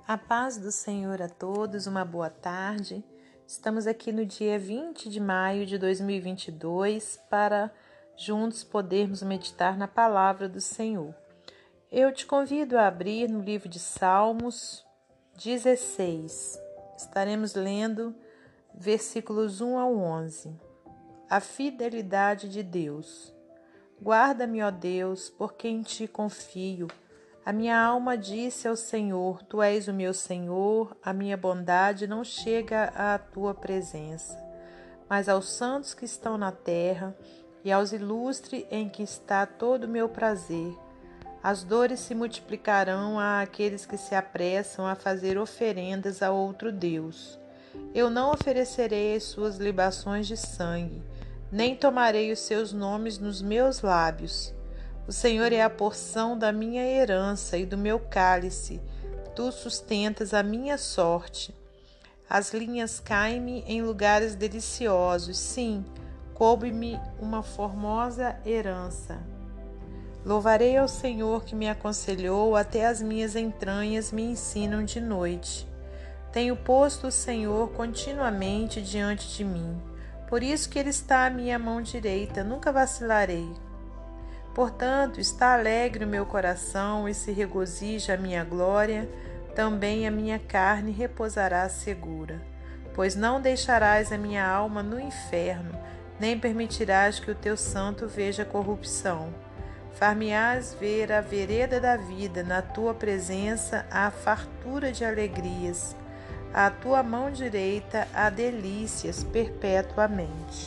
A paz do Senhor a todos, uma boa tarde. Estamos aqui no dia 20 de maio de 2022 para juntos podermos meditar na palavra do Senhor. Eu te convido a abrir no livro de Salmos 16. Estaremos lendo versículos 1 ao 11. A fidelidade de Deus. Guarda-me, ó Deus, porque em ti confio. A minha alma disse ao Senhor, Tu és o meu Senhor, a minha bondade não chega à tua presença. Mas aos santos que estão na terra e aos ilustres em que está todo o meu prazer, as dores se multiplicarão àqueles que se apressam a fazer oferendas a outro Deus. Eu não oferecerei as suas libações de sangue, nem tomarei os seus nomes nos meus lábios. O Senhor é a porção da minha herança e do meu cálice. Tu sustentas a minha sorte. As linhas caem-me em lugares deliciosos. Sim, coube-me uma formosa herança. Louvarei ao Senhor que me aconselhou, até as minhas entranhas me ensinam de noite. Tenho posto o Senhor continuamente diante de mim. Por isso que Ele está à minha mão direita, nunca vacilarei. Portanto, está alegre o meu coração e se regozija a minha glória, também a minha carne repousará segura. Pois não deixarás a minha alma no inferno, nem permitirás que o teu santo veja corrupção. Far-me-ás ver a vereda da vida, na tua presença há fartura de alegrias. À tua mão direita há delícias perpetuamente.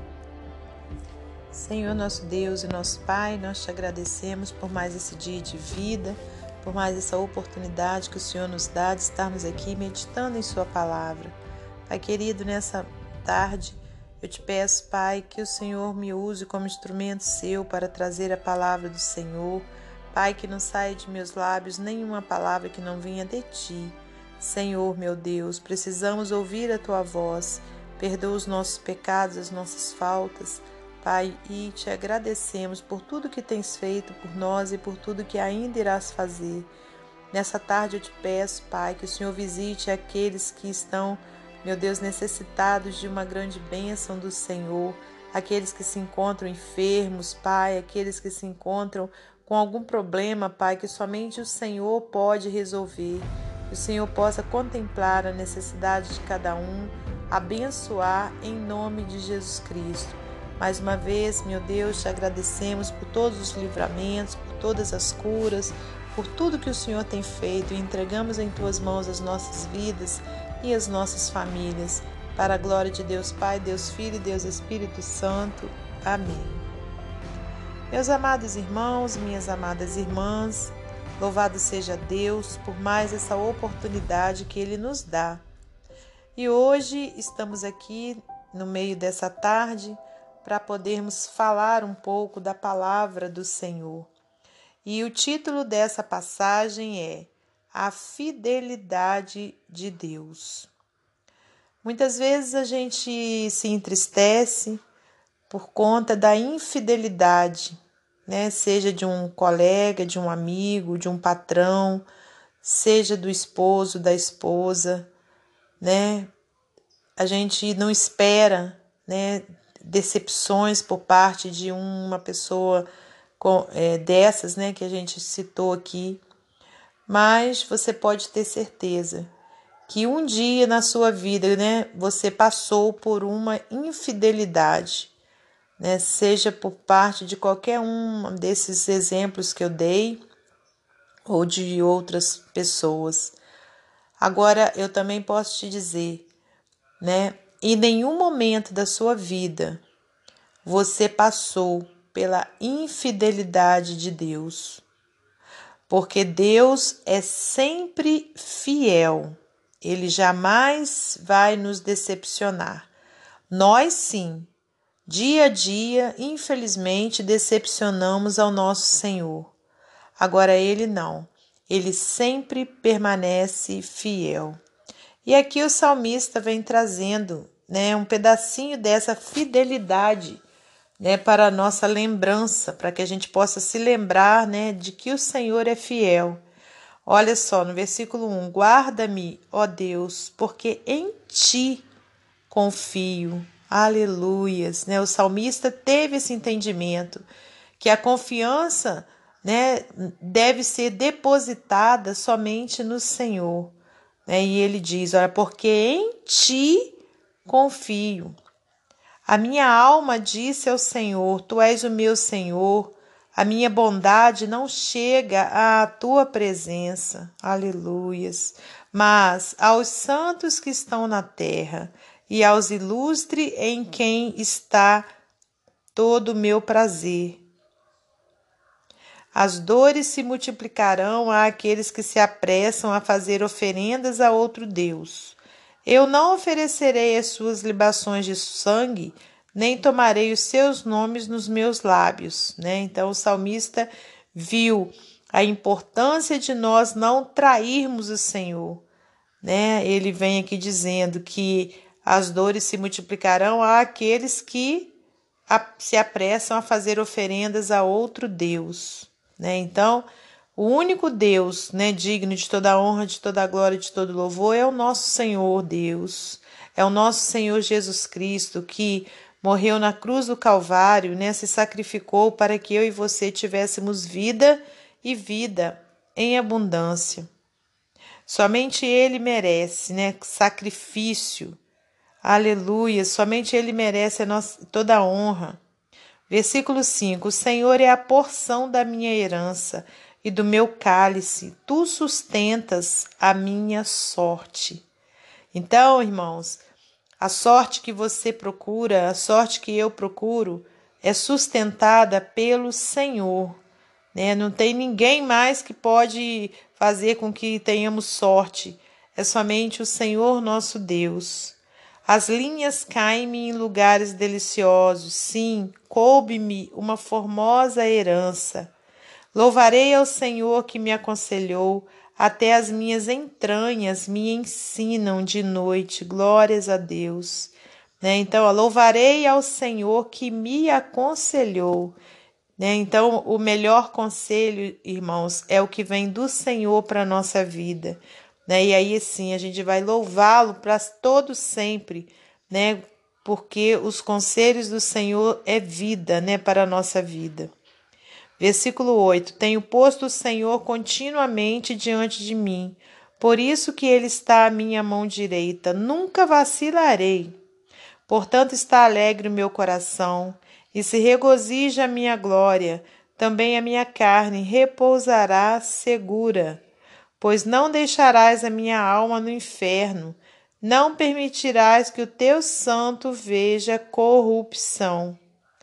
Senhor, nosso Deus e nosso Pai, nós te agradecemos por mais esse dia de vida, por mais essa oportunidade que o Senhor nos dá de estarmos aqui meditando em Sua palavra. Pai querido, nessa tarde, eu te peço, Pai, que o Senhor me use como instrumento seu para trazer a palavra do Senhor. Pai, que não saia de meus lábios nenhuma palavra que não venha de Ti. Senhor, meu Deus, precisamos ouvir a Tua voz. Perdoa os nossos pecados, as nossas faltas, Pai, e te agradecemos por tudo que tens feito por nós e por tudo que ainda irás fazer. Nessa tarde eu te peço, Pai, que o Senhor visite aqueles que estão, meu Deus, necessitados de uma grande bênção do Senhor, aqueles que se encontram enfermos, Pai, aqueles que se encontram com algum problema, Pai, que somente o Senhor pode resolver. Que o Senhor possa contemplar a necessidade de cada um, abençoar em nome de Jesus Cristo. Mais uma vez, meu Deus, te agradecemos por todos os livramentos, por todas as curas, por tudo que o Senhor tem feito e entregamos em Tuas mãos as nossas vidas e as nossas famílias. Para a glória de Deus Pai, Deus Filho e Deus Espírito Santo. Amém. Meus amados irmãos, minhas amadas irmãs, louvado seja Deus por mais essa oportunidade que Ele nos dá. E hoje estamos aqui no meio dessa tarde para podermos falar um pouco da palavra do Senhor. E o título dessa passagem é A Fidelidade de Deus. Muitas vezes a gente se entristece por conta da infidelidade, né? Seja de um colega, de um amigo, de um patrão, seja do esposo, da esposa, né? A gente não espera, né, decepções por parte de uma pessoa dessas, né, que a gente citou aqui, mas você pode ter certeza que um dia na sua vida, né, você passou por uma infidelidade, né, seja por parte de qualquer um desses exemplos que eu dei ou de outras pessoas. Agora, eu também posso te dizer, né, em nenhum momento da sua vida você passou pela infidelidade de Deus, porque Deus é sempre fiel, Ele jamais vai nos decepcionar. Nós sim, dia a dia, infelizmente, decepcionamos ao nosso Senhor. Agora Ele não, Ele sempre permanece fiel. E aqui o salmista vem trazendo, né, um pedacinho dessa fidelidade, né, para a nossa lembrança, para que a gente possa se lembrar, né, de que o Senhor é fiel. Olha só, no versículo 1, guarda-me, ó Deus, porque em ti confio. Aleluias, né? O salmista teve esse entendimento que a confiança, né, deve ser depositada somente no Senhor, né? E ele diz, olha, porque em ti confio. A minha alma disse ao Senhor, tu és o meu Senhor, a minha bondade não chega à tua presença. Aleluias. Mas aos santos que estão na terra e aos ilustres em quem está todo o meu prazer. As dores se multiplicarão àqueles que se apressam a fazer oferendas a outro Deus. Eu não oferecerei as suas libações de sangue, nem tomarei os seus nomes nos meus lábios. Né? Então o salmista viu a importância de nós não trairmos o Senhor. Né? Ele vem aqui dizendo que as dores se multiplicarão àqueles que se apressam a fazer oferendas a outro Deus. Né? Então, o único Deus, né, digno de toda a honra, de toda a glória, de todo louvor é o nosso Senhor Deus. É o nosso Senhor Jesus Cristo que morreu na cruz do Calvário, né, se sacrificou para que eu e você tivéssemos vida e vida em abundância. Somente Ele merece, né, sacrifício. Aleluia, somente Ele merece toda a honra. Versículo 5, o Senhor é a porção da minha herança e do meu cálice, tu sustentas a minha sorte. Então, irmãos, a sorte que você procura, a sorte que eu procuro, é sustentada pelo Senhor. Né? Não tem ninguém mais que pode fazer com que tenhamos sorte. É somente o Senhor nosso Deus. As linhas caem-me em lugares deliciosos. Sim, coube-me uma formosa herança. Louvarei ao Senhor que me aconselhou. Até as minhas entranhas me ensinam de noite. Glórias a Deus. Né? Então, louvarei ao Senhor que me aconselhou. Né? Então, o melhor conselho, irmãos, é o que vem do Senhor para a nossa vida. Né? E aí, sim, a gente vai louvá-lo para todo sempre, né? Porque os conselhos do Senhor é vida, né? Para a nossa vida. Versículo 8. Tenho posto o Senhor continuamente diante de mim, por isso que ele está à minha mão direita. Nunca vacilarei. Portanto está alegre o meu coração, e se regozija a minha glória, também a minha carne repousará segura. Pois não deixarás a minha alma no inferno, não permitirás que o teu santo veja corrupção.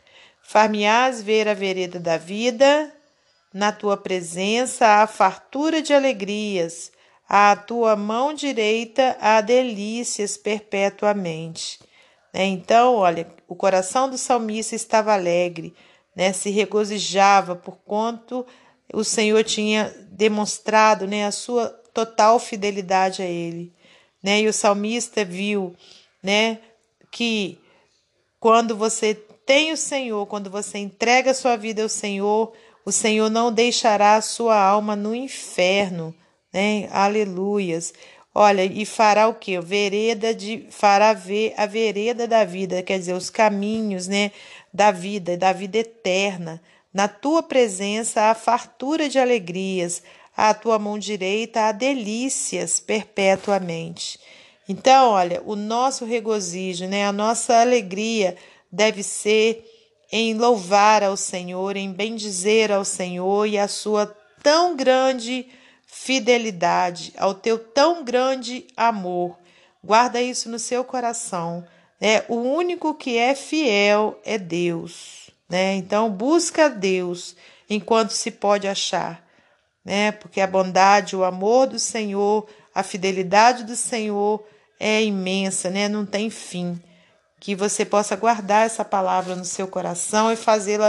Far-me-ás ver a vereda da vida, na tua presença há fartura de alegrias, à tua mão direita há delícias perpetuamente. Então, olha, o coração do salmista estava alegre, né? Se regozijava por quanto o Senhor tinha demonstrado, né, a sua total fidelidade a ele. Né? E o salmista viu, né, que quando você tem o Senhor, quando você entrega a sua vida ao Senhor, o Senhor não deixará a sua alma no inferno. Né? Aleluias. Olha, e fará o quê? Fará ver a vereda da vida, quer dizer, os caminhos, né, da vida eterna. Na tua presença há fartura de alegrias, à tua mão direita há delícias perpetuamente. Então, olha, o nosso regozijo, né, a nossa alegria deve ser em louvar ao Senhor, em bendizer ao Senhor e a sua tão grande fidelidade, ao teu tão grande amor. Guarda isso no seu coração. Né? O único que é fiel é Deus. Né? Então, busca Deus enquanto se pode achar. Né? Porque a bondade, o amor do Senhor, a fidelidade do Senhor é imensa, né? Não tem fim. Que você possa guardar essa palavra no seu coração e fazê-la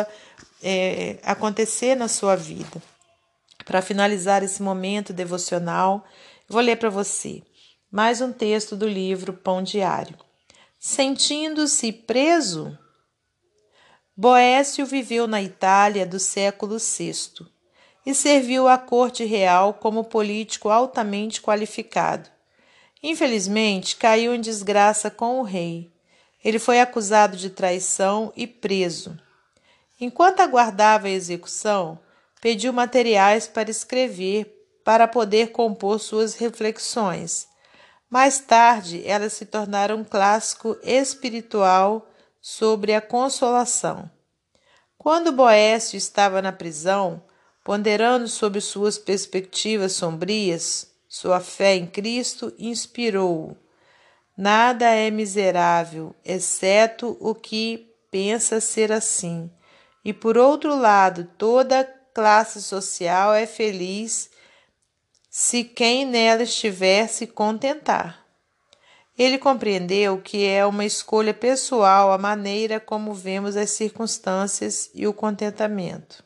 acontecer na sua vida. Para finalizar esse momento devocional, vou ler para você mais um texto do livro Pão Diário. Sentindo-se preso, Boécio viveu na Itália do século VI e serviu à corte real como político altamente qualificado. Infelizmente, caiu em desgraça com o rei. Ele foi acusado de traição e preso. Enquanto aguardava a execução, pediu materiais para escrever, para poder compor suas reflexões. Mais tarde, elas se tornaram um clássico espiritual sobre a consolação. Quando Boécio estava na prisão, ponderando sobre suas perspectivas sombrias, sua fé em Cristo inspirou-o. Nada é miserável, exceto o que pensa ser assim. E por outro lado, toda classe social é feliz se quem nela estiver se contentar. Ele compreendeu que é uma escolha pessoal a maneira como vemos as circunstâncias e o contentamento.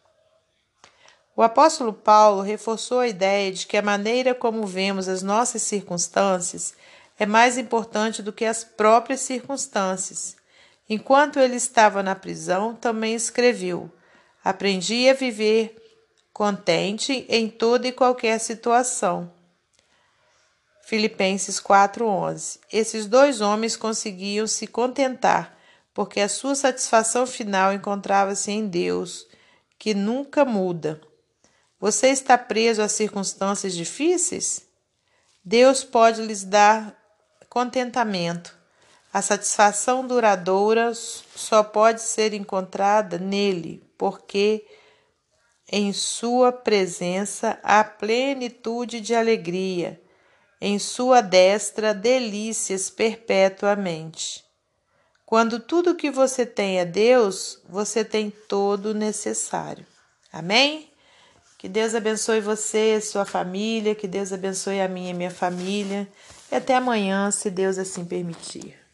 O apóstolo Paulo reforçou a ideia de que a maneira como vemos as nossas circunstâncias é mais importante do que as próprias circunstâncias. Enquanto ele estava na prisão, também escreveu: aprendi a viver contente em toda e qualquer situação. Filipenses 4:11. Esses dois homens conseguiam se contentar, porque a sua satisfação final encontrava-se em Deus, que nunca muda. Você está preso a circunstâncias difíceis? Deus pode lhes dar contentamento. A satisfação duradoura só pode ser encontrada nele, porque em sua presença há plenitude de alegria, em sua destra delícias perpetuamente. Quando tudo que você tem é Deus, você tem todo o necessário. Amém? Que Deus abençoe você, sua família, que Deus abençoe a minha e minha família. E até amanhã, se Deus assim permitir.